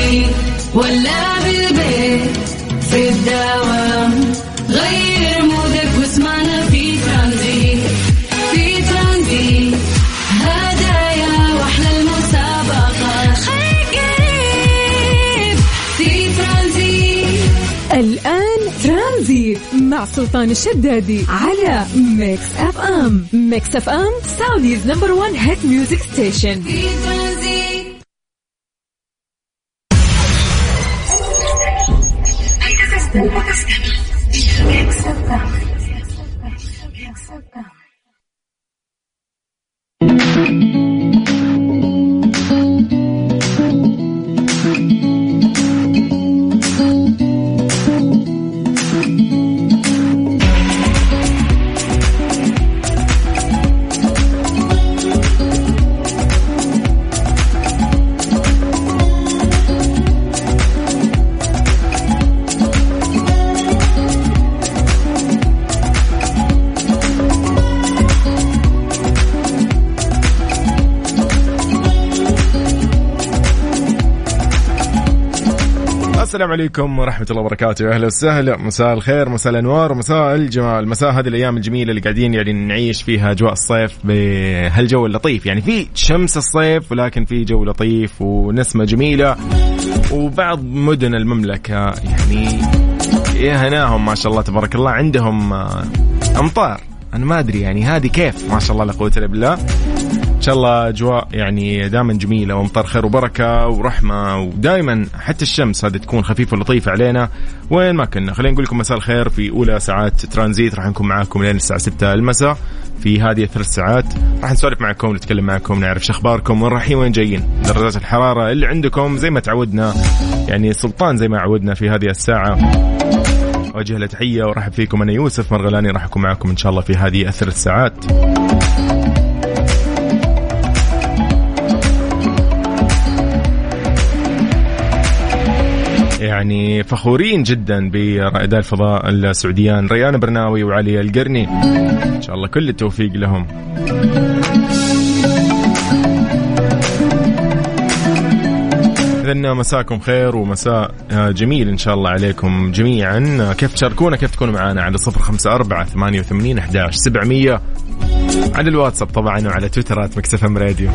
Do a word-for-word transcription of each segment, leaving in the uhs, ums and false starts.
ترانزيت ولا بالبيت في الدوام، غير مودك واسمعنا في ترانزيت. في ترانزيت هدايا واحلى المسابقة، خليك قريب في ترانزيت. الآن ترانزيت مع سلطان الشدادي على ميكس اف ام. ميكس اف ام سعوديز نمبر وان هيت ميوزك ستيشن. في ترانزيت السلام عليكم ورحمة الله وبركاته. أهلا وسهلا، مساء الخير، مساء الأنوار، ومساء الجمال، مساء هذه الأيام الجميلة اللي قاعدين يعني نعيش فيها أجواء الصيف بهالجو اللطيف. يعني في شمس الصيف ولكن في جو لطيف ونسمة جميلة، وبعض مدن المملكة يعني يا هناهم ما شاء الله تبارك الله عندهم أمطار. أنا ما أدري يعني هذه كيف، ما شاء الله لا قوة إلا بالله. إن شاء الله أجواء يعني دائما جميلة ومطر خير وبركة ورحمة، ودائما حتى الشمس هذه تكون خفيفة ولطيفة علينا وين ما كنا. خلينا نقول لكم مساء الخير في أولى ساعات ترانزيت. راح نكون معاكم لين الساعة ستة المساء. في هذه الثلاث ساعات راح نسولف معكم، نتكلم معكم، نعرف شخباركم، وين رايحين وين جايين، درجات الحرارة اللي عندكم زي ما تعودنا. يعني سلطان زي ما عودنا في هذه الساعة وجه له تحية ورحب فيكم. أنا يوسف مرغلاني راح أكون معكم إن شاء الله في هذه الثلاث ساعات. يعني فخورين جدا برائدي الفضاء السعوديان ريان برناوي وعلي القرني، إن شاء الله كل التوفيق لهم. إذن مساكم خير ومساء جميل إن شاء الله عليكم جميعا. كيف تشاركونا، كيف تكونوا معنا على صفر خمسة أربعة ثمانية وثمانين أحد عشر سبعمية على الواتساب طبعا، وعلى تويترات مكس اف ام راديو.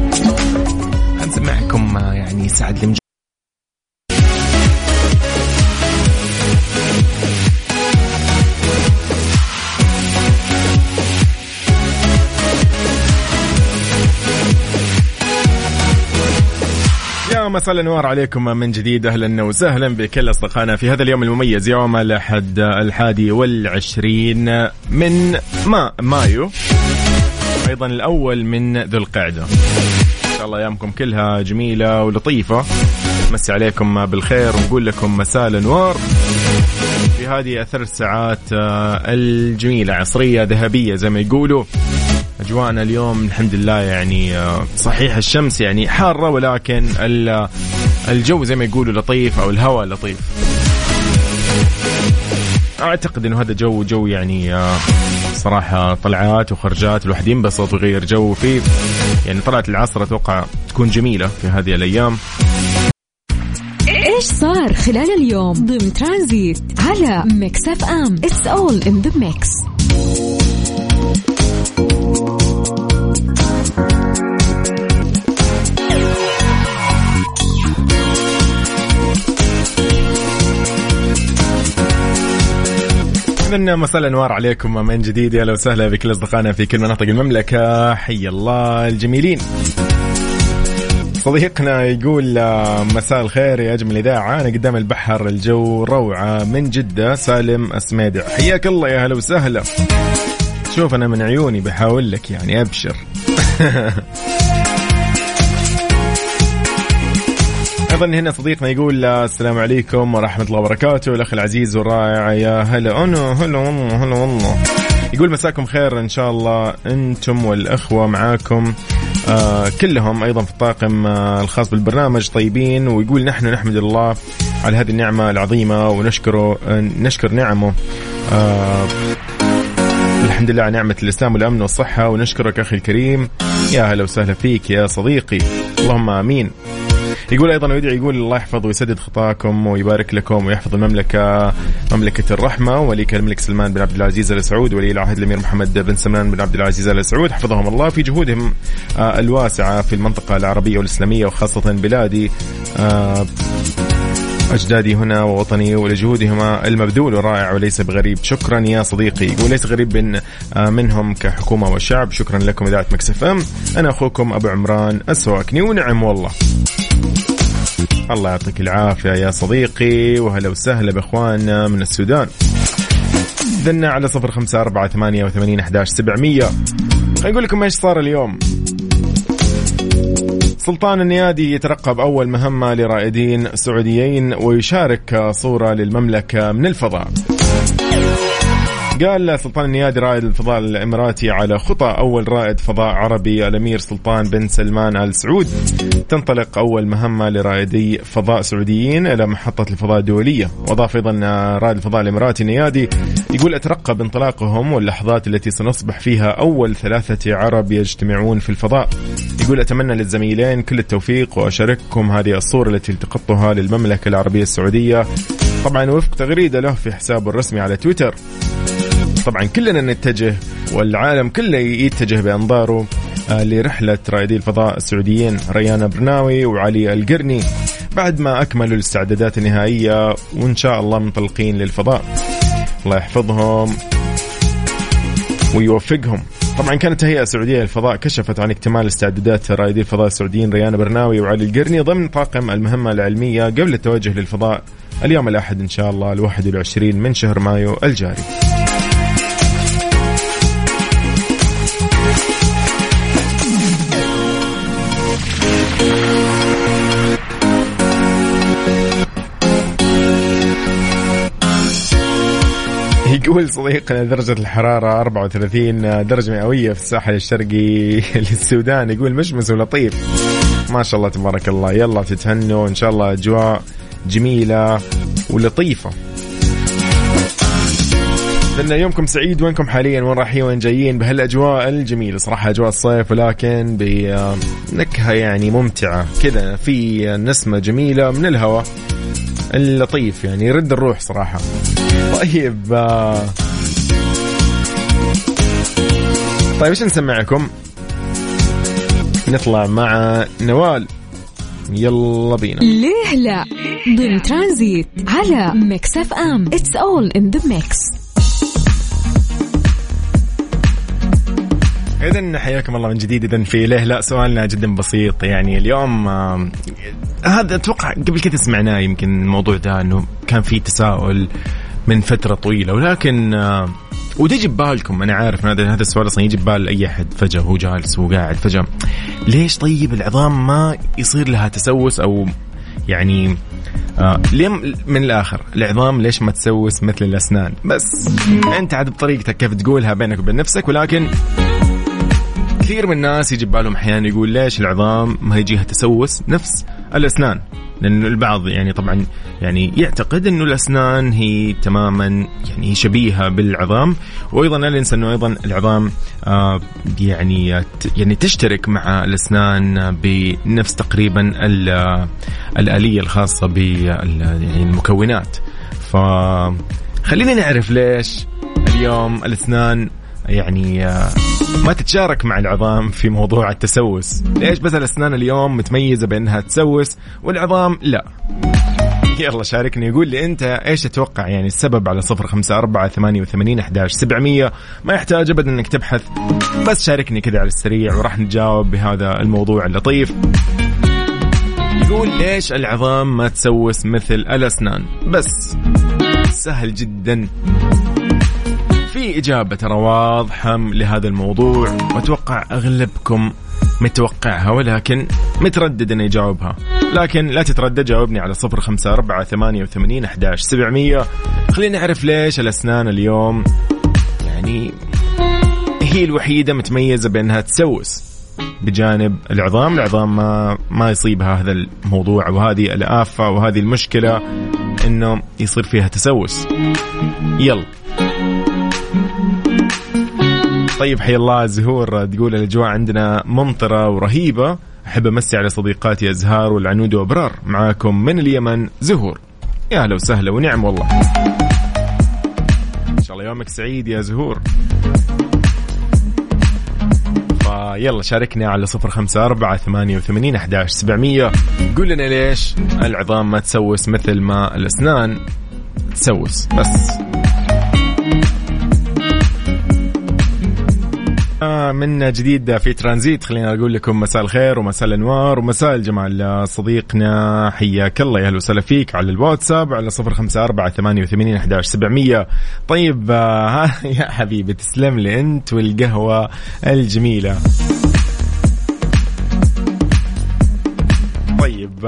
هنسمعكم يعني سعد المج... مساء الأنوار عليكم من جديد. أهلا وسهلا بكل أصدقائنا في هذا اليوم المميز، يوم الأحد الحادي والعشرين من ما مايو، أيضا الأول من ذو القعدة. إن شاء الله أيامكم كلها جميلة ولطيفة. مسي عليكم بالخير ونقول لكم مساء الأنوار في هذه الثلاث ساعات الجميلة، عصرية ذهبية زي ما يقولوا. أجواءنا اليوم الحمد لله يعني صحيح الشمس يعني حارة، ولكن الجو زي ما يقولوا لطيف، أو الهواء لطيف. أعتقد أنه هذا جو جو يعني صراحة طلعات وخرجات، الواحد ينبسط ويغير جو فيه. يعني طلعت العصر أتوقع تكون جميلة في هذه الأيام. إيش صار خلال اليوم ضمن ترانزيت على ميكس اف ام. It's all in the mix. إذن مساء الأنوار عليكم من جديد. يا لو سهلا بكل أصدقائنا في كل مناطق المملكة، حي الله الجميلين. صديقنا يقول مساء الخير يا أجمل إذاعة، أنا قدام البحر، الجو روعة من جدة. سالم أسميدع، حياك الله يا هلا وسهلا. شوف أنا من عيوني بحاول لك يعني، أبشر. أيضا هنا صديقنا يقول السلام عليكم ورحمة الله وبركاته، الأخ العزيز والرائع يا هلا. أنا هلا والله هلا والله. يقول مساكم خير إن شاء الله أنتم والأخوة معاكم آه كلهم، أيضا في الطاقم آه الخاص بالبرنامج طيبين. ويقول نحن نحمد الله على هذه النعمة العظيمة ونشكره آه نشكر نعمه آه الحمد لله على نعمة الإسلام والأمن والصحة، ونشكرك أخي الكريم. يا هلا وسهلا فيك يا صديقي، اللهم آمين. يقول أيضا ويدعي يقول الله يحفظ ويسدد خطاكم ويبارك لكم ويحفظ المملكة مملكة الرحمة وليك الملك سلمان بن عبد العزيز آل سعود ولي العهد الأمير محمد بن سلمان بن عبد العزيز آل سعود حفظهم الله في جهودهم الواسعة في المنطقة العربية والإسلامية وخاصة بلادي أجدادي هنا ووطني ولجهودهما المبذول والرائع وليس بغريب. شكرا يا صديقي. يقول ليس غريب من منهم كحكومة وشعب. شكرا لكم إذاعة مكس اف ام. أنا أخوكم أبو عمران السواكني. ونعم والله. الله يعطيك العافية يا صديقي وهلا وسهلا بإخواننا من السودان. دنا على صفر خمسة أربعة ثمانية وثمانين أحداش سبعمية. خلينا نقول لكم إيش صار اليوم. سلطان النيادي يترقب أول مهمة لرائدين سعوديين ويشارك صورة للمملكة من الفضاء. قال سلطان النيادي رائد الفضاء الإماراتي على خطى أول رائد فضاء عربي الأمير سلطان بن سلمان آل سعود. تنطلق أول مهمة لرائدي فضاء سعوديين إلى محطة الفضاء الدولية. وأضاف أيضا رائد الفضاء الإماراتي النيادي يقول أترقب انطلاقهم واللحظات التي سنصبح فيها أول ثلاثة عرب يجتمعون في الفضاء. يقول أتمنى للزميلين كل التوفيق وأشارككم هذه الصورة التي التقطتها للمملكة العربية السعودية طبعا وفق تغريدة له في حسابه الرسمي على تويتر. طبعا كلنا نتجه والعالم كله يتجه بأنظاره لرحلة رائدي الفضاء السعوديين ريان برناوي وعلي القرني بعد ما أكملوا الاستعدادات النهائية وإن شاء الله منطلقين للفضاء. الله يحفظهم ويوفقهم. طبعا كانت هيئة سعودية للفضاء كشفت عن اكتمال استعدادات رائدي الفضاء السعوديين ريان برناوي وعلي القرني ضمن طاقم المهمة العلمية قبل التوجه للفضاء اليوم الأحد إن شاء الله الواحد والعشرين من شهر مايو الجاري. يقول صديقنا درجة الحرارة أربعة وثلاثين درجة مئوية في الساحل الشرقي للسودان. يقول مشمس ولطيف ما شاء الله تبارك الله. يلا تتهنوا إن شاء الله أجواء جميلة ولطيفة. لأن يومكم سعيد. وينكم حاليا وين رايحين وين جايين بهالأجواء الجميلة صراحة أجواء الصيف ولكن بنكهة يعني ممتعة كذا في نسمة جميلة من الهواء اللطيف يعني يرد الروح صراحة. طيب طيب ايش نسمعكم؟ نطلع مع نوال. يلا بينا. ليه لا ضمن ترانزيت على ميكس اف ام. It's all in the mix. إذن حياكم الله من جديد. إذن في ليه لا سؤالنا جدا بسيط يعني اليوم آه هذا أتوقع قبل كده سمعناه يمكن الموضوع ده أنه كان فيه تساؤل من فترة طويلة ولكن آه وتجي ببالكم أنا عارف هذا هذا السؤال أصلا يجي ببال أي أحد فجأة هو جالس وقاعد فجأة ليش طيب العظام ما يصير لها تسوس أو يعني آه ليه من الآخر العظام ليش ما تسوس مثل الأسنان؟ بس أنت عاد بطريقتك كيف تقولها بينك وبين نفسك. ولكن كثير من الناس يجي ببالهم أحيانا يقول ليش العظام ما يجيها تسوس نفس الأسنان؟ لأن البعض يعني طبعا يعني يعتقد إنه الأسنان هي تماما يعني شبيهة بالعظام. وأيضا لا ننسى إنه أيضا العظام آه يعني يعني تشترك مع الأسنان بنفس تقريبا الآلية الخاصة بالمكونات. فخلينا نعرف ليش اليوم الأسنان يعني ما تتشارك مع العظام في موضوع التسوس. ليش بس الأسنان اليوم متميزة بأنها تسوس والعظام لا؟ يلا شاركني يقول لي أنت إيش تتوقع يعني السبب على صفر خمسة أربعة ثمانية وثمانين أحداش سبعمية. ما يحتاج أبدا أنك تبحث بس شاركني كده على السريع وراح نجاوب بهذا الموضوع اللطيف. يقول ليش العظام ما تسوس مثل الأسنان؟ بس سهل جدا في إجابة ترى واضحة لهذا الموضوع وأتوقع أغلبكم متوقعها ولكن متردد أن يجاوبها. لكن لا تتردد جاوبني على صفر خمسة أربعة ثمانية وثمانين أحداش سبعمية. خلينا نعرف ليش الأسنان اليوم يعني هي الوحيدة متميزة بأنها تسوس بجانب العظام. العظام ما ما يصيبها هذا الموضوع وهذه الآفة وهذه المشكلة إنه يصير فيها تسوس. يلا طيب حي الله زهور تقول الأجواء عندنا ممطرة ورهيبة أحب أمسي على صديقاتي أزهار والعنود وأبرار. معاكم من اليمن زهور. يا هلا وسهلا ونعم والله. إن شاء الله يومك سعيد يا زهور. فيلا شاركنا على صفر خمسة أربعة ثمانية وثمانين أحد عشر سبعمية. قول لنا ليش العظام ما تسوس مثل ما الأسنان تسوس. بس من جديد في ترانزيت خلينا أقول لكم مساء الخير ومساء الأنوار ومساء الجمال. صديقنا حياك الله، يا هلا وسهلا فيك على الواتساب على صفر خمسة أربعة ثمانية وثمانين أحد عشر سبعمية. طيب يا حبيبي تسلم لي أنت والقهوة الجميلة. طيب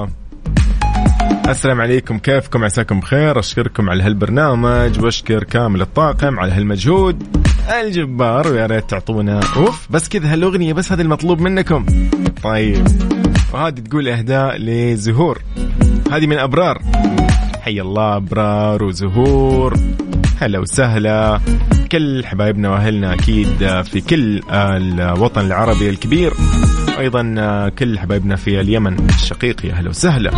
السلام عليكم، كيفكم؟ عساكم بخير. أشكركم على هالبرنامج وأشكر كامل الطاقم على هالمجهود الجبار، ويا ريت تعطونا اوف بس كذا هالأغنية، بس هذا المطلوب منكم. طيب وهذه تقول إهداء لزهور، هذه من أبرار. حي الله أبرار وزهور، هلا وسهلا كل حبايبنا وأهلنا أكيد في كل الوطن العربي الكبير، أيضا كل حبايبنا في اليمن الشقيق، يا هلا وسهلا.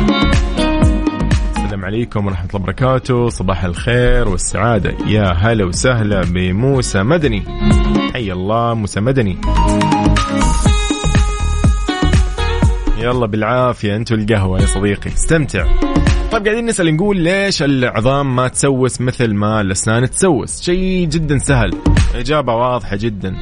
السلام عليكم ورحمة الله وبركاته، صباح الخير والسعادة، يا هلا وسهلا بموسى مدني. حي الله موسى مدني، يلا بالعافية أنتوا القهوة يا صديقي، استمتع. طيب قاعدين نسأل نقول ليش العظام ما تسوس مثل ما الأسنان تسوس؟ شيء جدا سهل، إجابة واضحة جدا.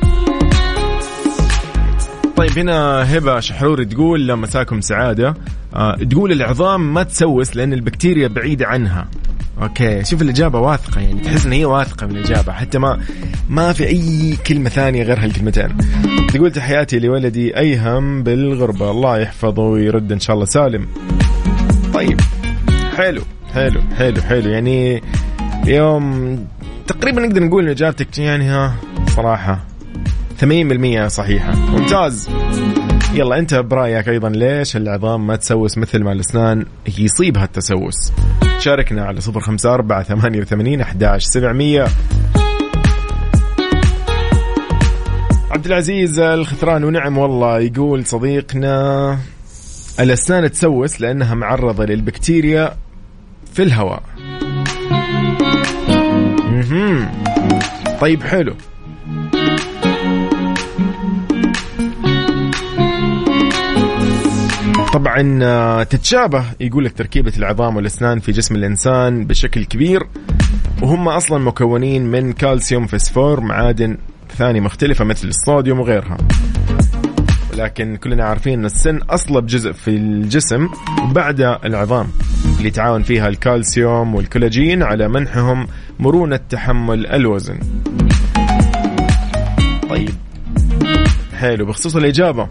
طيب هنا هبة شحروري تقول مساكم سعادة، آه تقول العظام ما تسوس لأن البكتيريا بعيدة عنها. أوكي شوف الإجابة واثقة، يعني تحس إن هي واثقة من الإجابة، حتى ما ما في أي كلمة ثانية غير هالكلمتين. تقول تحياتي لولدي أيهم بالغربة، الله يحفظه ويرد إن شاء الله سالم. طيب حلو حلو حلو حلو، يعني اليوم تقريبا نقدر نقول إن إجابتك يعني ها صراحة ثمانين بالمئة صحيحة، ممتاز. يلا أنت برأيك أيضا ليش العظام ما تسوس مثل ما الأسنان يصيبها التسوس؟ شاركنا على صفر خمسة أربعة ثمانية وثمانين أحد عشر سبعمية. عبد العزيز الخثران ونعم والله يقول صديقنا الأسنان تسوس لأنها معرضة للبكتيريا في الهواء. مهم. طيب حلو. طبعا تتشابه يقول لك تركيبة العظام والأسنان في جسم الإنسان بشكل كبير، وهم أصلا مكونين من كالسيوم فسفور معادن ثانية مختلفة مثل الصوديوم وغيرها، ولكن كلنا عارفين أن السن أصلب جزء في الجسم بعد العظام اللي تعاون فيها الكالسيوم والكولاجين على منحهم مرونة تحمل الوزن. طيب حلو. بخصوص الإجابة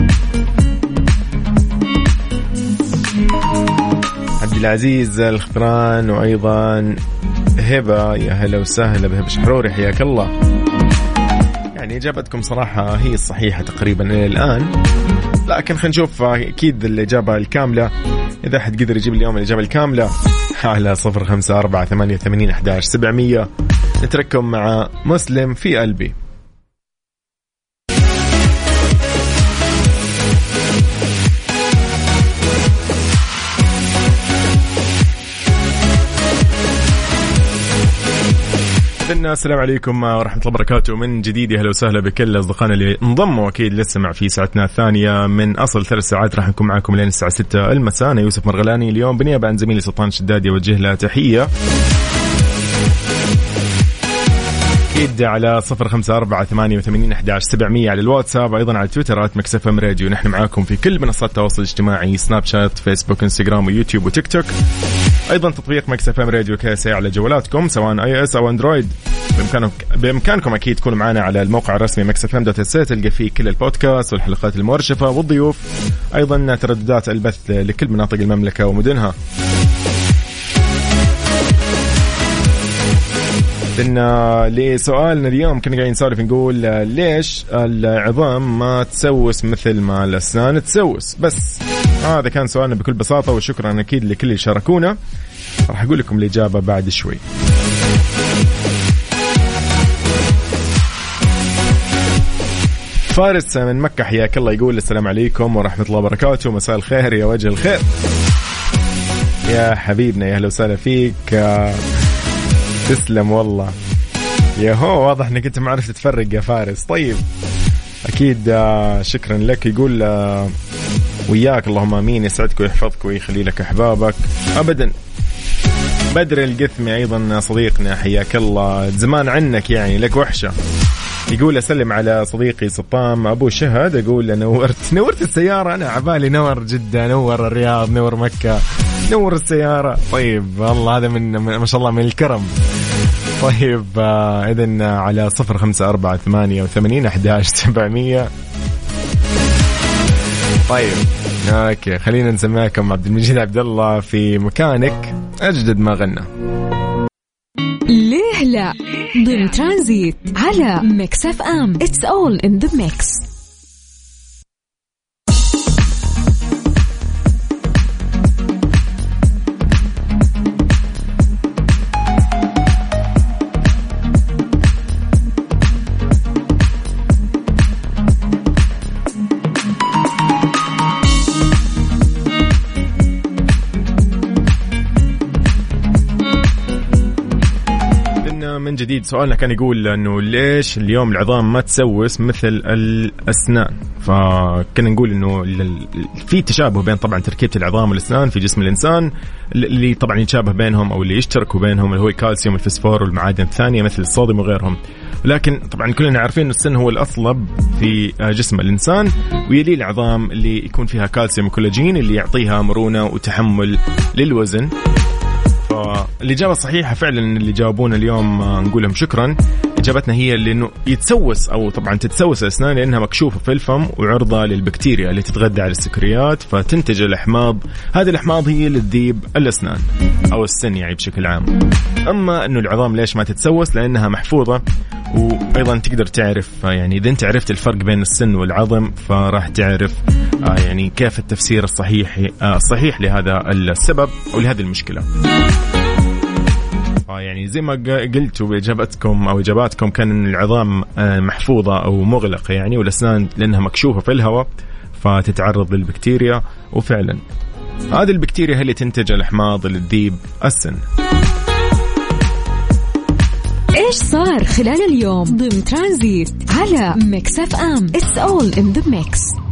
عبد العزيز الخفران وأيضا هبة، يا هلا وسهلا بهبة شحروري، حياك الله. يعني إجابتكم صراحة هي الصحيحة تقريبا إلى الآن، لكن خلينا نشوف أكيد الإجابة الكاملة. إذا أحد قدر يجيب اليوم الإجابة الكاملة على صفر خمسة أربعة ثمانية وثمانين أحد عشر سبعمية. نترككم مع مسلم في قلبي. السلام عليكم ورحمة الله وبركاته من جديد، أهلا وسهلا بكل أصدقائنا اللي انضموا أكيد لسه مع في ساعتنا الثانية من أصل ثلاث ساعات راح نكون معكم لين الساعة ستة المساء. أنا يوسف مرغلاني اليوم بنيابة عن زميلي سلطان شدادي وجه له تحية أكيد على صفر خمسة أربعة ثمانية وثمانين أحد عشر سبعمية على الواتساب، أيضا على تويترات ميكس إف إم راديو. نحن معاكم في كل منصات التواصل الاجتماعي، سناب شات، فيسبوك، انستغرام ويوتيوب وتيك توك. أيضا تطبيق ميكس إف إم راديو كاسي على جوالاتكم سواء اي اس او اندرويد. بإمكانكم بإمكانكم أكيد تكونوا معنا على الموقع الرسمي ميكس إف إم دوت إس إيه، تلقى فيه كل البودكاست والحلقات المرشفة والضيوف، أيضا ترددات البث لكل مناطق المملكة ومدنها. إن لسؤالنا اليوم كنا قاعدين نسولف نقول ليش العظام ما تسوس مثل ما الأسنان تسوس. بس هذا كان سؤالنا بكل بساطة، وشكرا أكيد لكل اللي شاركونا. راح أقول لكم الإجابة بعد شوي. فارس من مكة حياك الله، يقول السلام عليكم ورحمة الله وبركاته، مساء الخير يا وجه الخير يا حبيبنا، يا أهلا وسهلا فيك، تسلم والله يا هو، واضح انك انت ما عرفت تفرق يا فارس. طيب اكيد شكرا لك. يقول وياك اللهم امين، يسعدك ويحفظك ويخلي لك احبابك ابدا. بدر القثمي ايضا صديقنا حياك الله، زمان عنك يعني لك وحشه. يقول اسلم على صديقي سطام ابو شهد، اقول نورت نورت السياره، انا عبالي نور جده، نور الرياض، نور مكه، نور السياره. طيب والله هذا من ما شاء الله من الكرم. طيب آه إذن على صفر خمسة أربعة ثمانية وثمانين أحداش سبعمية. طيب أوكي خلينا نسمعكم عبد المجيد عبد الله في مكانك، أجدد ما غنى. ليه لا ضمن ترانزيت على ميكس اف ام. It's all in the mix. من جديد سؤالنا كان يقول أنه ليش اليوم العظام ما تسوس مثل الأسنان؟ فكنا نقول أنه في تشابه بين طبعا تركيبة العظام والأسنان في جسم الإنسان، اللي طبعا يتشابه بينهم أو اللي يشتركوا بينهم اللي هو الكالسيوم والفسفور والمعادن الثانية مثل الصوديوم وغيرهم. لكن طبعا كلنا عارفين أن السن هو الأصلب في جسم الإنسان، ويلي العظام اللي يكون فيها كالسيوم وكولاجين اللي يعطيها مرونة وتحمل للوزن. الإجابة الصحيحة فعلا اللي جاوبونا اليوم نقول لهم شكرا. إجابتنا هي اللي إنه يتسوس أو طبعا تتسوس الأسنان لأنها مكشوفة في الفم وعرضة للبكتيريا اللي تتغذى على السكريات فتنتج الأحماض. هذه الأحماض هي اللي تذيب الأسنان أو السن يعني بشكل عام. أما إنه العظام ليش ما تتسوس؟ لأنها محفوظة. وأيضا تقدر تعرف يعني إذا أنت عرفت الفرق بين السن والعظم فراح تعرف يعني كيف التفسير الصحيح الصحيح لهذا السبب أو لهذه المشكلة. يعني زي ما قلتوا بإجابتكم أو إجاباتكم كان إن العظام محفوظة أو مغلقة يعني، والأسنان لأنها مكشوفة في الهواء فتتعرض للبكتيريا، وفعلا هذه البكتيريا هي اللي تنتج الأحماض اللي تذيب السن. إيش صار خلال اليوم ضمن ترانزيت على ميكس اف ام. It's all in the mix.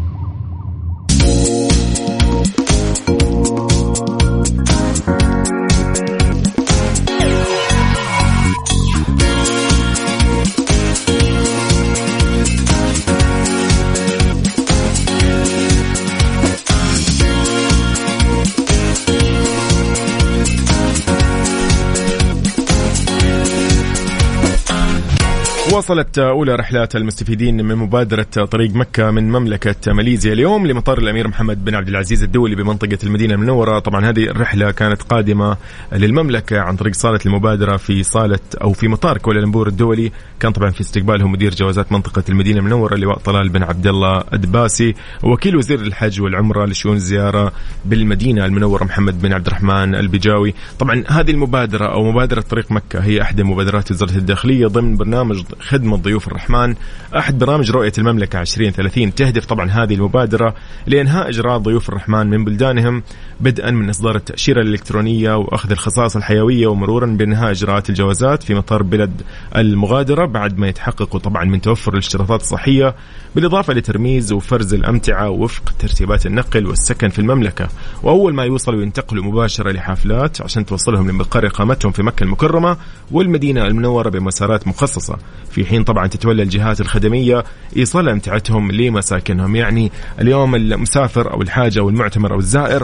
وصلت أولى رحلات المستفيدين من مبادرة طريق مكة من مملكة ماليزيا اليوم لمطار الأمير محمد بن عبد العزيز الدولي بمنطقة المدينة المنورة. طبعا هذه الرحلة كانت قادمة للمملكة عن طريق صالة المبادرة في صالة أو في مطار كوالالمبور الدولي. كان طبعا في استقبالهم مدير جوازات منطقة المدينة المنورة اللواء طلال بن عبد الله الدباسي، ووكيل وزير الحج والعمرة لشؤون الزيارة بالمدينة المنورة محمد بن عبد الرحمن البجاوي. طبعا هذه المبادرة أو مبادرة طريق مكة هي أحد مبادرات وزارة الداخلية ضمن برنامج خدمة ضيوف الرحمن، أحد برامج رؤية المملكة عشرين ثلاثين. تهدف طبعا هذه المبادرة لإنهاء إجراء ضيوف الرحمن من بلدانهم بدءا من إصدار التأشيرة الإلكترونية وأخذ الخصائص الحيوية ومرورا بإنهاء إجراءات الجوازات في مطار بلد المغادرة بعد ما يتحققوا طبعا من توفر الاشتراطات الصحية، بالإضافة لترميز وفرز الأمتعة وفق ترتيبات النقل والسكن في المملكة. وأول ما يوصلوا ينتقلوا مباشرة لحافلات عشان توصلهم لمقر إقامتهم في مكة المكرمة والمدينة المنورة بمسارات مخصصة، في حين طبعا تتولى الجهات الخدمية إيصال أمتعتهم لمساكنهم. يعني اليوم المسافر أو الحاجة أو المعتمر أو الزائر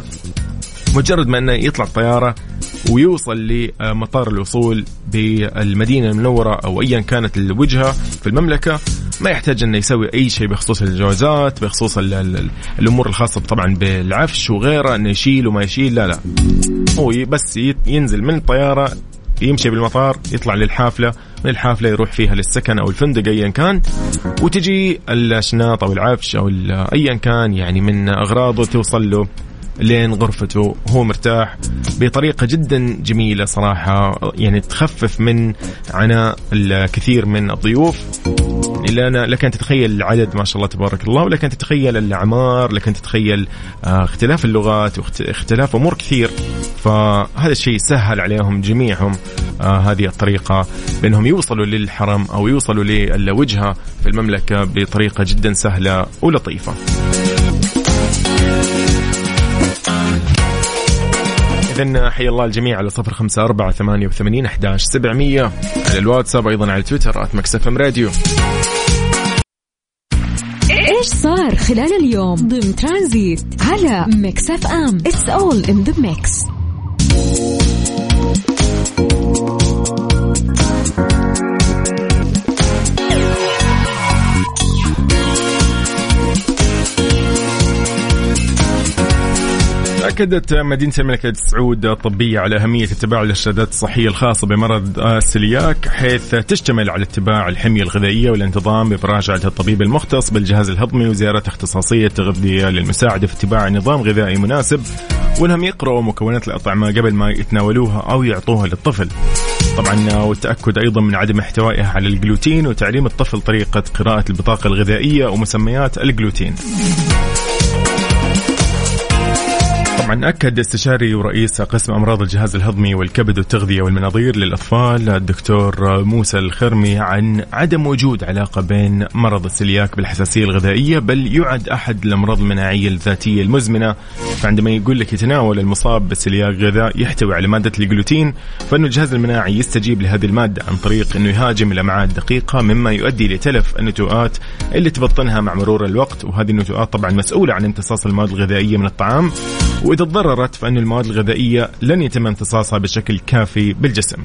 مجرد ما أنه يطلع الطيارة ويوصل لمطار الوصول بالمدينة المنورة أو أيا كانت الوجهة في المملكة ما يحتاج أنه يسوي أي شيء بخصوص الجوازات، بخصوص الأمور الخاصة طبعا بالعفش وغيره، أنه يشيل وما يشيل، لا لا هو بس ينزل من الطيارة يمشي بالمطار يطلع للحافلة، من الحافلة يروح فيها للسكن أو الفندق أيا كان، وتجي الشناط أو العفش أو أيا كان يعني من أغراضه توصل له لين غرفته هو مرتاح بطريقة جدا جميلة صراحة، يعني تخفف من عناء الكثير من الضيوف. إلا لك أن تتخيل العدد ما شاء الله تبارك الله، ولك أن تتخيل الأعمار، لك أن تتخيل اختلاف اللغات واختلاف أمور كثير. فهذا الشيء سهل عليهم جميعهم هذه الطريقة بأنهم يوصلوا للحرم أو يوصلوا للوجهة في المملكة بطريقة جدا سهلة ولطيفة. إذن حي الله الجميع على صفر خمسة أربعة ثمانية وثمانين أحد عشر سبعمية على الواتساب، أيضا على تويتر آت ميكس إف إم راديو. إيش صار خلال اليوم ضمن ترانزيت على ميكس إف إم. It's all in the mix. أكدت مدينة الملكة سعود الطبية على أهمية اتباع الإرشادات الصحية الخاصة بمرض السلياك، حيث تشتمل على اتباع الحمية الغذائية والانتظام بمراجعة الطبيب المختص بالجهاز الهضمي وزيارة اختصاصية تغذية للمساعدة في اتباع نظام غذائي مناسب، وأنهم يقرأوا مكونات الأطعمة قبل ما يتناولوها أو يعطوها للطفل. طبعا والتأكد أيضا من عدم احتوائها على الجلوتين، وتعليم الطفل طريقة قراءة البطاقة الغذائية ومسميات الجلوتين. طبعا أكد استشاري ورئيس قسم أمراض الجهاز الهضمي والكبد والتغذية والمناظير للأطفال الدكتور موسى الخرمي عن عدم وجود علاقة بين مرض السلياك بالحساسية الغذائية، بل يعد أحد الأمراض المناعية الذاتية المزمنة. فعندما يقول لك يتناول المصاب بالسلياك غذاء يحتوي على مادة الجلوتين، فإنه الجهاز المناعي يستجيب لهذه المادة عن طريق أنه يهاجم الأمعاء الدقيقة، مما يؤدي لتلف النتوءات اللي تبطنها مع مرور الوقت. وهذه النتوءات طبعا مسؤولة عن امتصاص المواد الغذائية من الطعام، وإذا تضررت فإن المواد الغذائية لن يتم امتصاصها بشكل كافي بالجسم.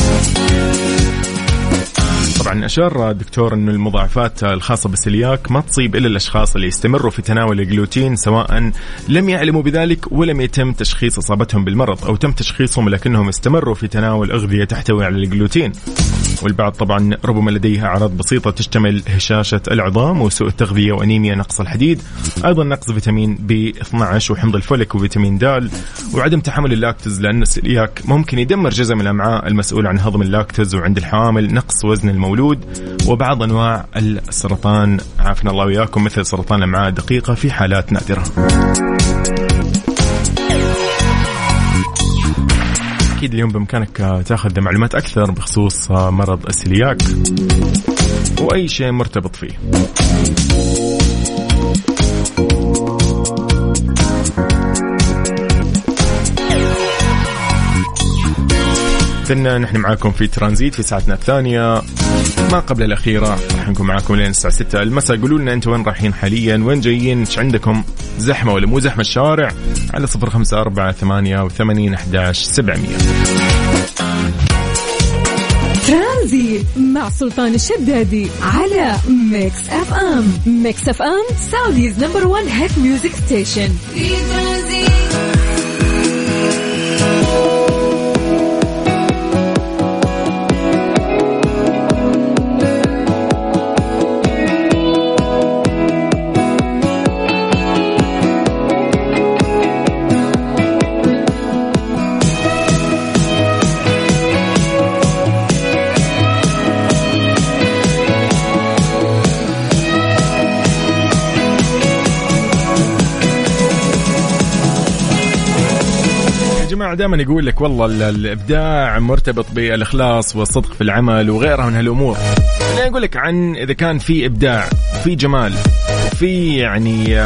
طبعا أشار الدكتور أن المضاعفات الخاصة بالسلياك ما تصيب إلا الأشخاص اللي يستمروا في تناول الجلوتين، سواء لم يعلموا بذلك ولم يتم تشخيص إصابتهم بالمرض، أو تم تشخيصهم لكنهم استمروا في تناول أغذية تحتوي على الجلوتين. والبعض طبعا ربما لديها أعراض بسيطة تشتمل هشاشة العظام وسوء التغذية وأنيميا نقص الحديد، أيضا نقص فيتامين بي اثني عشر وحمض الفوليك وفيتامين د، وعدم تحمل اللاكتوز، لأن السلياك ممكن يدمر جزء من الأمعاء المسؤول عن هضم اللاكتوز، وعند الحوامل نقص وزن المولود، وبعض أنواع السرطان عافنا الله وياكم مثل سرطان الأمعاء الدقيقة في حالات نادرة. أكيد اليوم بإمكانك تأخذ معلومات أكثر بخصوص مرض السلياك وأي شيء مرتبط فيه. نحن معاكم في ترانزيت في ساعتنا الثانية ما قبل الأخيرة، راح نكون معاكم لين الساعة ستة المساء. قولوا لنا أنتوا وين رايحين حاليا، وين جايين، إيش عندكم، زحمة ولا مو زحمة الشارع، على صفر خمسة أربعة ثمانية وثمانين أحد عشر سبعمية. ترانزيت مع سلطان الشدادي على ميكس إف إم. ميكس إف إم سعوديز نمبر وان هيت ميوزك ستيشن. في ترانزيت دائما يقول لك والله الإبداع مرتبط بالإخلاص والصدق في العمل وغيرها من هالأمور. أنا أقول لك عن إذا كان في إبداع، في جمال، في يعني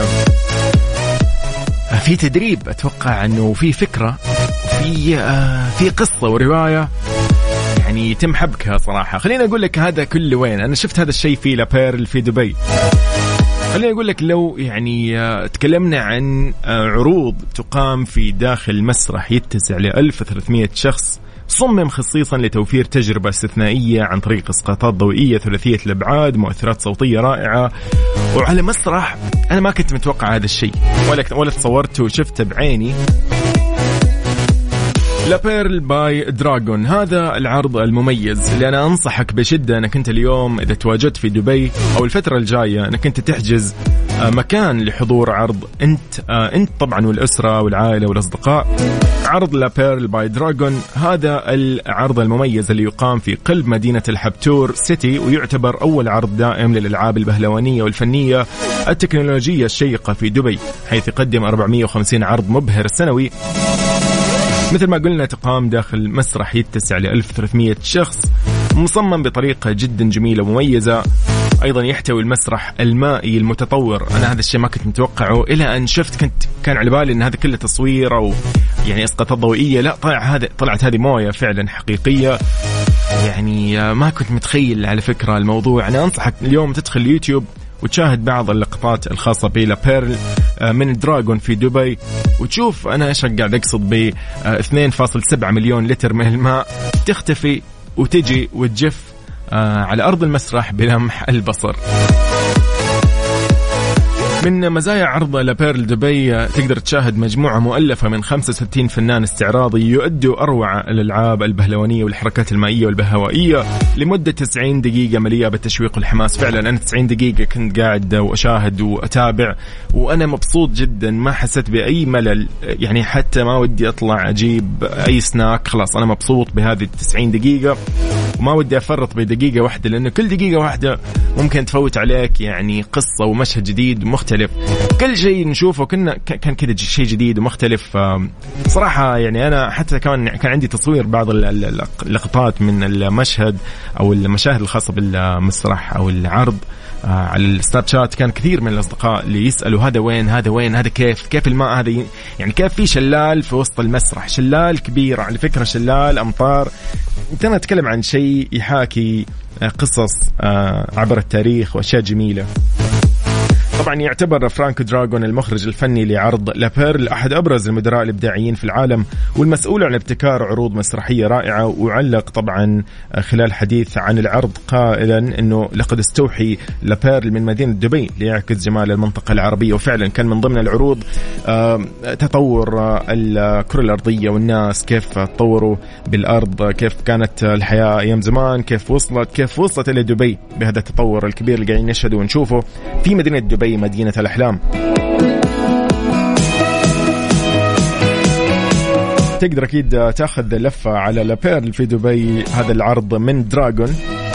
في تدريب، أتوقع أنه في فكرة، في في قصة ورواية يعني يتم حبكها صراحة. خليني أقول لك هذا كله وين أنا شفت هذا الشيء في لابيرل في دبي. خليني أقول لك لو يعني تكلمنا عن عروض تقام في داخل مسرح يتسع ل ألف وثلاثمئة شخص، صمم خصيصا لتوفير تجربة استثنائية عن طريق إسقاطات ضوئية ثلاثية الأبعاد، مؤثرات صوتية رائعة، وعلى مسرح أنا ما كنت متوقع هذا الشيء ولا ولا تصورته وشفته بعيني. لا بيرل باي دراغون، هذا العرض المميز اللي أنا أنصحك بشدة أنك أنت اليوم إذا تواجدت في دبي أو الفترة الجاية أنك أنت تحجز مكان لحضور عرض أنت أنت طبعا والأسرة والعائلة والأصدقاء. عرض لا بيرل باي دراغون هذا العرض المميز اللي يقام في قلب مدينة الحبتور سيتي، ويعتبر أول عرض دائم للألعاب البهلوانية والفنية التكنولوجية الشيقة في دبي، حيث يقدم أربعمائة وخمسين عرض مبهر سنوي. مثل ما قلنا تقام داخل مسرح يتسع ل ألف وثلاثمائة شخص، مصمم بطريقة جدا جميلة ومميزة. أيضا يحتوي المسرح المائي المتطور، أنا هذا الشيء ما كنت متوقعه إلى أن شفت، كنت كان على بالي أن هذا كله تصوير أو يعني إسقاطات ضوئية، لا طلع هذا طلعت هذه موية فعلا حقيقية. يعني ما كنت متخيل على فكرة الموضوع. أنا أنصحك اليوم تدخل اليوتيوب وتشاهد بعض اللقطات الخاصة بلا بيرل من دراغون في دبي، وتشوف أنا إيش قاعد أقصد ب اثنين فاصلة سبعة مليون لتر من الماء تختفي وتجي وتجف على أرض المسرح بلمح البصر. من مزايا عرض لا بيرل دبي تقدر تشاهد مجموعة مؤلفة من خمسة وستين فنان استعراضي يؤدوا أروع الألعاب البهلوانية والحركات المائية والبهوائية لمدة تسعين دقيقة مليئة بالتشويق والحماس. فعلا أنا تسعين دقيقة كنت قاعد وأشاهد وأتابع وأنا مبسوط جدا، ما حسيت بأي ملل، يعني حتى ما ودي أطلع أجيب أي سناك، خلاص أنا مبسوط بهذه التسعين دقيقة وما ودي أفرط بدقيقة واحدة، لأنه كل دقيقة واحدة ممكن تفوت عليك يعني قصة ومشهد جديد ومختلف. كل شيء نشوفه كنا كان كده شيء جديد ومختلف صراحة. يعني أنا حتى كمان كان عندي تصوير بعض اللقطات من المشهد أو المشاهد الخاصة بالمسرح أو العرض على السناب شات. كان كثير من الأصدقاء اللي يسألوا هذا وين هذا وين هذا كيف كيف الماء هذا، يعني كيف في شلال في وسط المسرح، شلال كبير على فكرة، شلال أمطار. أنا أتكلم عن شيء يحاكي قصص عبر التاريخ وأشياء جميلة. طبعا يعتبر فرانك دراغون المخرج الفني لعرض لا بيرل أحد أبرز المدراء الإبداعيين في العالم والمسؤول عن ابتكار عروض مسرحية رائعة. وعلق طبعا خلال حديث عن العرض قائلا أنه لقد استوحي لا بيرل من مدينة دبي ليعكس جمال المنطقة العربية. وفعلا كان من ضمن العروض تطور الكرة الأرضية والناس كيف تطوروا بالأرض، كيف كانت الحياة أيام زمان، كيف وصلت كيف وصلت إلى دبي بهذا التطور الكبير اللي قاعدين نشهده ونشوفه في مدينة دبي، مدينة الأحلام. تقدر أكيد تأخذ لفة على لا بيرل في دبي، هذا العرض من دراغون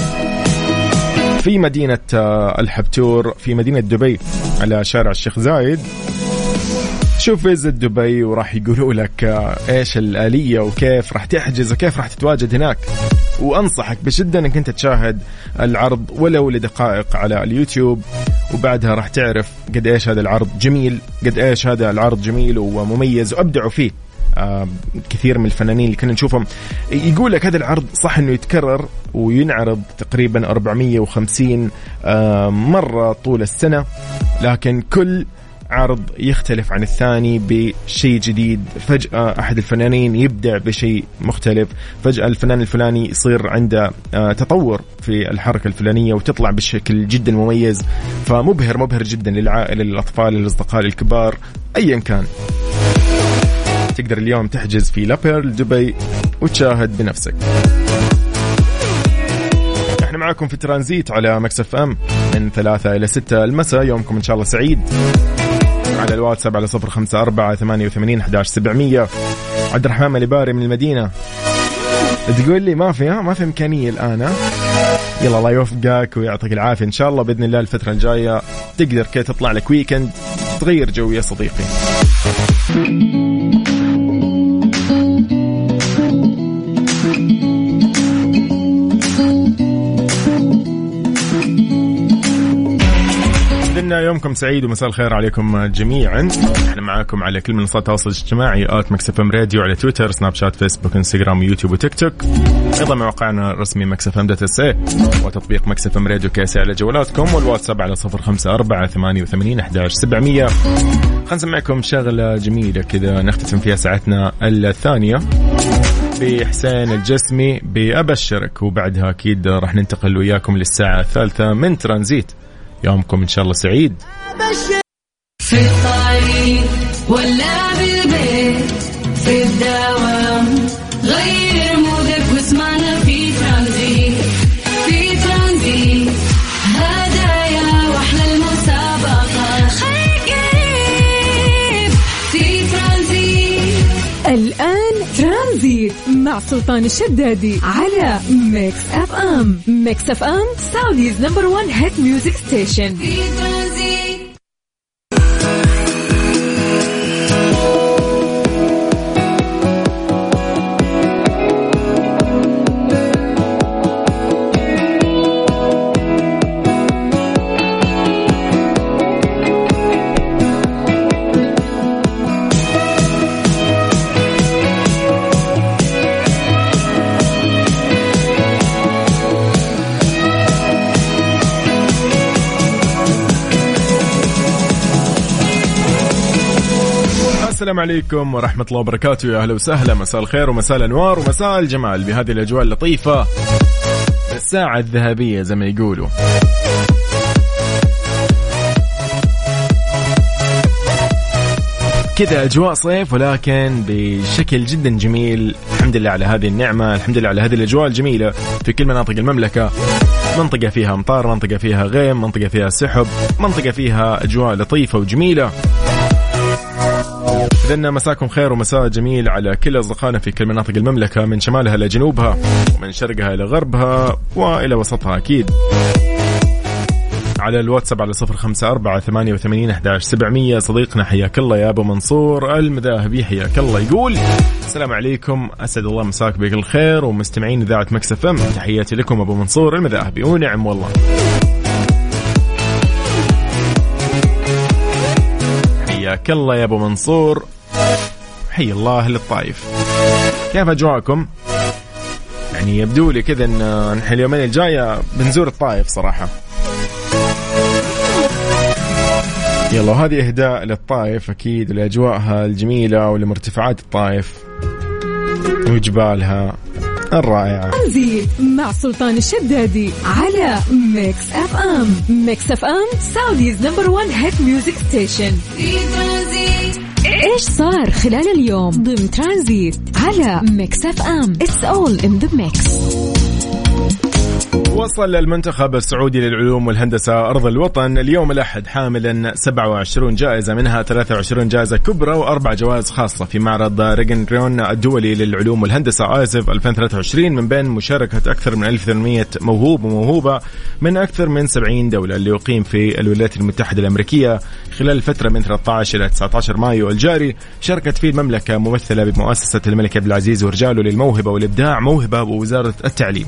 في مدينة الحبتور في مدينة دبي على شارع الشيخ زايد. شوف فيزت دبي وراح يقولوا لك ايش الآلية وكيف راح تحجز وكيف راح تتواجد هناك. وأنصحك بشدة أنك أنت تشاهد العرض ولو لدقائق على اليوتيوب، وبعدها راح تعرف قد إيش هذا العرض جميل، قد إيش هذا العرض جميل ومميز وأبدعوا فيه. آه كثير من الفنانين اللي كنا نشوفهم يقول لك هذا العرض صح إنه يتكرر وينعرض تقريبا أربعمائة وخمسين آه مرة طول السنة، لكن كل عرض يختلف عن الثاني بشيء جديد. فجأة أحد الفنانين يبدع بشيء مختلف، فجأة الفنان الفلاني يصير عنده تطور في الحركة الفلانية وتطلع بشكل جدا مميز. فمبهر مبهر جدا للعائلة، للأطفال، للأصدقاء، للكبار، أيا كان. تقدر اليوم تحجز في لا بيرل دبي وتشاهد بنفسك. احنا معاكم في ترانزيت على مكس اف ام من ثلاثة إلى ستة المساء. يومكم إن شاء الله سعيد. على الواتساب على صفر خمسة أربعة ثمانية وثمانين أحد عشر سبعمية. عبد الرحمن الباري من المدينة تقول لي ما في ما في إمكانية الآن. يلا الله يوفقك ويعطيك العافية إن شاء الله. بإذن الله الفترة الجاية تقدر كي تطلع لك ويكند تغير جو يا صديقي. يومكم سعيد ومساء الخير عليكم جميعا. احنا معاكم على كل منصات التواصل الاجتماعي آت مكس اف ام راديو، على تويتر، سناب شات، فيسبوك، انستغرام، يوتيوب وتيك توك. ايضا موقعنا الرسمي مكس اف ام دوت اس اي وتطبيق مكس اف ام راديو كاسي على جوالاتكم، والواتساب على صفر خمسة أربعة ثمانية وثمانين أحد عشر سبعمية. خلينا نسمعكم شغلة جميلة كذا نختتم فيها ساعتنا الثانية بحسين الجسمي بأبشرك، وبعدها أكيد راح ننتقل وياكم للساعة الثالثة من ترانزيت. يومكم إن شاء الله سعيد. في الطريق ولا بالبيت في الدوام الآن ترانزيت مع سلطان الشدادي على ميكس أف أم. ميكس أف أم سعوديز نمبر وان هيت ميوزك ستيشن. السلام عليكم ورحمة الله وبركاته. يا أهلا وسهلا، مساء الخير ومساء الأنوار ومساء الجمال بهذه الأجواء اللطيفة، الساعة الذهبية زي ما يقولوا. كذا أجواء صيف ولكن بشكل جدا جميل. الحمد لله على هذه النعمة، الحمد لله على هذه الأجواء الجميلة في كل مناطق المملكة. منطقة فيها أمطار، منطقة فيها غيم، منطقة فيها سحب، منطقة فيها أجواء لطيفة وجميلة. إذن مساكم خير ومساء جميل على كل أصدقائنا في كل مناطق المملكة، من شمالها إلى جنوبها ومن شرقها إلى غربها وإلى وسطها أكيد. على الواتساب على صفر خمسة أربعة ثمانية وثمانين أحد عشر سبعمية. صديقنا حياك الله يا أبو منصور المذاهبي، حياك الله، يقول السلام عليكم، أسعد الله مساك بكل خير ومستمعين إذاعة مكس إف إم، تحياتي لكم أبو منصور المذاهبي. ونعم والله، حياك الله يا أبو منصور، حي الله للطائف. كيف أجواءكم؟ يعني يبدو لي كذا إن نحن اليومين الجاية بنزور الطائف صراحة. يلا، هذه إهداء للطائف أكيد، لأجواءها الجميلة ولمرتفعات الطائف وجبالها الرائعة. ترانزيت مع سلطان الشدادي على ميكس أف أم. ميكس أف أم سعوديز نمبر وان هيت ميوزك ستيشن. إيش صار خلال اليوم ضمن ترانزيت على ميكس أف أم. It's all in the mix. وصل المنتخب السعودي للعلوم والهندسة أرض الوطن اليوم الأحد حاملا سبعة وعشرين جائزة، منها ثلاثة وعشرين جائزة كبرى وأربع جوائز خاصة في معرض ريغن ريون الدولي للعلوم والهندسة آيسف ألفين وثلاثة وعشرين، من بين مشاركة أكثر من ألف وثمانمائة موهوب وموهوبة من أكثر من سبعين دولة، اللي يقيم في الولايات المتحدة الأمريكية خلال الفترة من ثلاثة عشر إلى تسعة عشر مايو الجاري. شاركت فيه المملكة ممثلة بمؤسسة الملك عبد العزيز ورجاله للموهبة والإبداع، موهبة ووزارة التعليم.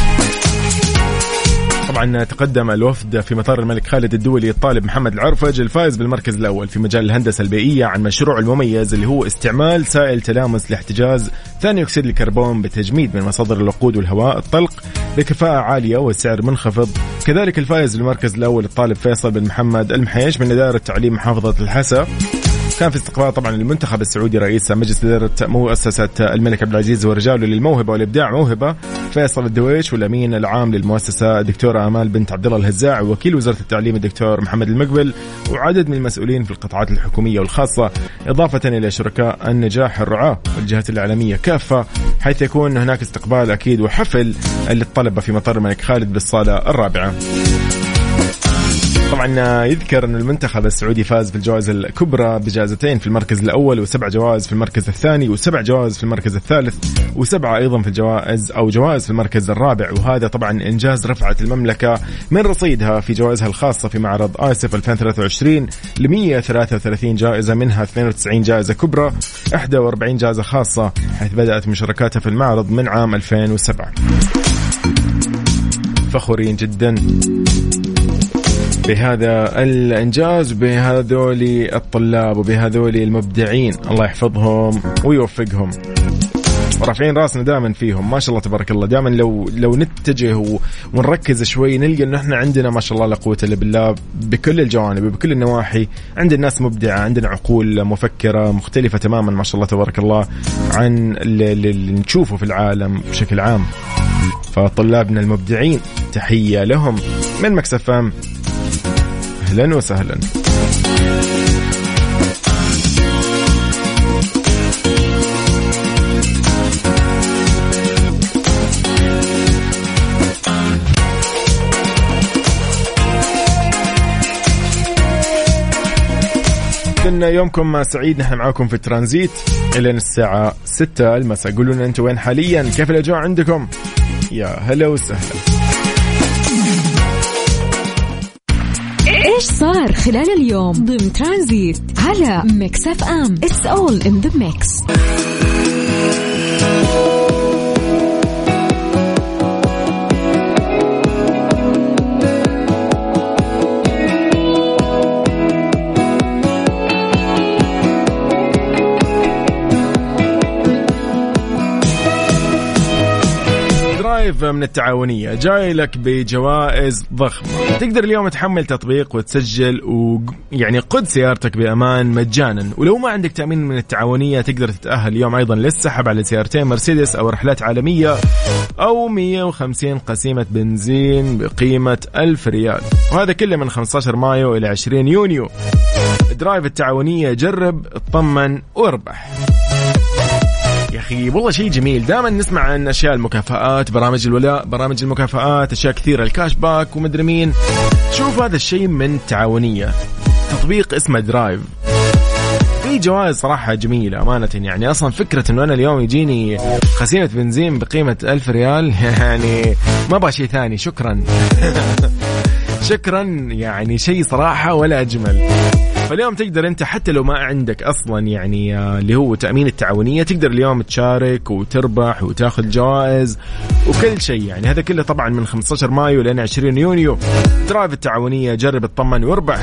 طبعا تقدم الوفد في مطار الملك خالد الدولي الطالب محمد العرفج الفائز بالمركز الأول في مجال الهندسة البيئية عن مشروع المميز اللي هو استعمال سائل تلامس لاحتجاز ثاني أكسيد الكربون بتجميد من مصادر الوقود والهواء الطلق بكفاءة عالية وسعر منخفض. كذلك الفائز بالمركز الأول الطالب فيصل بن محمد المحيش من إدارة تعليم محافظة الحسا. كان في استقبال طبعا المنتخب السعودي رئيس مجلس إدارة مؤسسة الملك عبد العزيز ورجاله للموهبة والإبداع موهبة فيصل الدويش، والأمين العام للمؤسسة الدكتورة آمال بنت عبد الله الهزاع، ووكيل وزارة التعليم الدكتور محمد المقبل، وعدد من المسؤولين في القطاعات الحكومية والخاصة، إضافة إلى شركاء النجاح الرعاة والجهات الإعلامية كافة، حيث يكون هناك استقبال أكيد وحفل للطلبة في مطار الملك خالد بالصالة الرابعة. طبعا يذكر أن المنتخب السعودي فاز في الجوائز الكبرى بجائزتين في المركز الأول، وسبع جوائز في المركز الثاني، وسبع جوائز في المركز الثالث، وسبعة أيضا في الجوائز أو جوائز في المركز الرابع. وهذا طبعا إنجاز رفعت المملكة من رصيدها في جوائزها الخاصة في معرض آيسف ألفين وثلاثة وعشرين ل مئة وثلاثة وثلاثين جائزة، منها اثنين وتسعين جائزة كبرى، واحد وأربعين جائزة خاصة، حيث بدأت مشاركاتها في المعرض من عام ألفين وسبعة. فخورين جدا بهذا الإنجاز، بهذول الطلاب وبهذول المبدعين، الله يحفظهم ويوفقهم، ورافعين راسنا دائما فيهم، ما شاء الله تبارك الله. دائما لو لو نتجه ونركز شوي نلقى إنه إحنا عندنا ما شاء الله لا قوة إلا بالله بكل الجوانب وبكل النواحي. عندنا ناس مبدعة، عندنا عقول مفكرة مختلفة تماما ما شاء الله تبارك الله عن اللي نشوفه في العالم بشكل عام. فطلابنا المبدعين تحية لهم من مكس إف إم، أهلا وسهلا. طبعا يومكم سعيد، نحن معاكم في الترانزيت إلى الساعة ستة المساء. قولوا لنا أنتوا وين حاليا، كيف الأجواء عندكم؟ يا هلا وسهلا. إيش صار خلال اليوم ضمن ترانزيت على ميكس اف ام. It's all in the mix. من التعاونية جاي لك بجوائز ضخمة. تقدر اليوم تحمل تطبيق وتسجل ويعني قد سيارتك بأمان مجانا، ولو ما عندك تأمين من التعاونية تقدر تتأهل اليوم أيضا للسحب على سيارتين مرسيدس أو رحلات عالمية أو مية وخمسين قسيمة بنزين بقيمة ألف ريال، وهذا كله من خمسة عشر مايو إلى عشرين يونيو. درايف التعاونية، جرب اطمن واربح. يا أخي والله شيء جميل، دائما نسمع عن أشياء المكافآت، برامج الولاء، برامج المكافآت، أشياء كثيرة، الكاش باك ومدري مين. شوف هذا الشيء من تعاونية، تطبيق اسمه درايف، في جوائز صراحة جميلة أمانة. يعني أصلا فكرة أنه أنا اليوم يجيني خزينة بنزين بقيمة ألف ريال يعني ما أبغى شيء ثاني، شكرا شكرا، يعني شيء صراحة ولا أجمل. فاليوم تقدر أنت حتى لو ما عندك أصلا يعني اللي هو تأمين التعاونية، تقدر اليوم تشارك وتربح وتاخذ جوائز وكل شيء. يعني هذا كله طبعا من خمسة عشر مايو لين عشرين يونيو. درايف التعاونية، جرب اطمن واربح.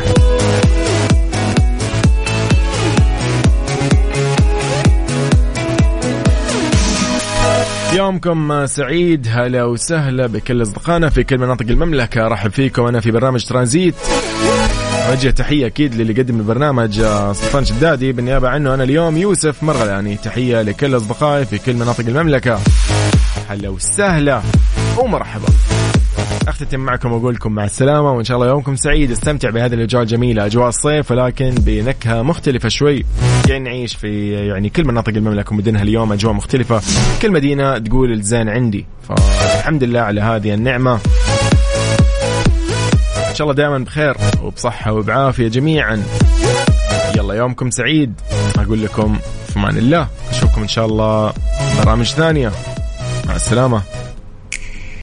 يومكم سعيد، هلا وسهلا بكل أصدقائنا في كل مناطق المملكة. رحب فيكم أنا في برنامج ترانزيت. وجه تحية أكيد للي قدم البرنامج سلطان شدادي، بالنيابة عنه أنا اليوم يوسف مرغلاني. تحية لكل أصدقائي في كل مناطق المملكة، هلا وسهلا ومرحبا. أختتم معكم وأقول لكم مع السلامة، وإن شاء الله يومكم سعيد. استمتع بهذه الأجواء الجميلة، أجواء الصيف ولكن بنكهة مختلفة شوي. يعني نعيش في يعني كل مناطق المملكة ومدنها اليوم أجواء مختلفة، كل مدينة تقول الزين عندي، فالحمد لله على هذه النعمة. إن شاء الله دائما بخير وبصحة وبعافية جميعا. يلا يومكم سعيد، أقول لكم في أمان الله، أشوفكم إن شاء الله برامج ثانية. مع السلامة.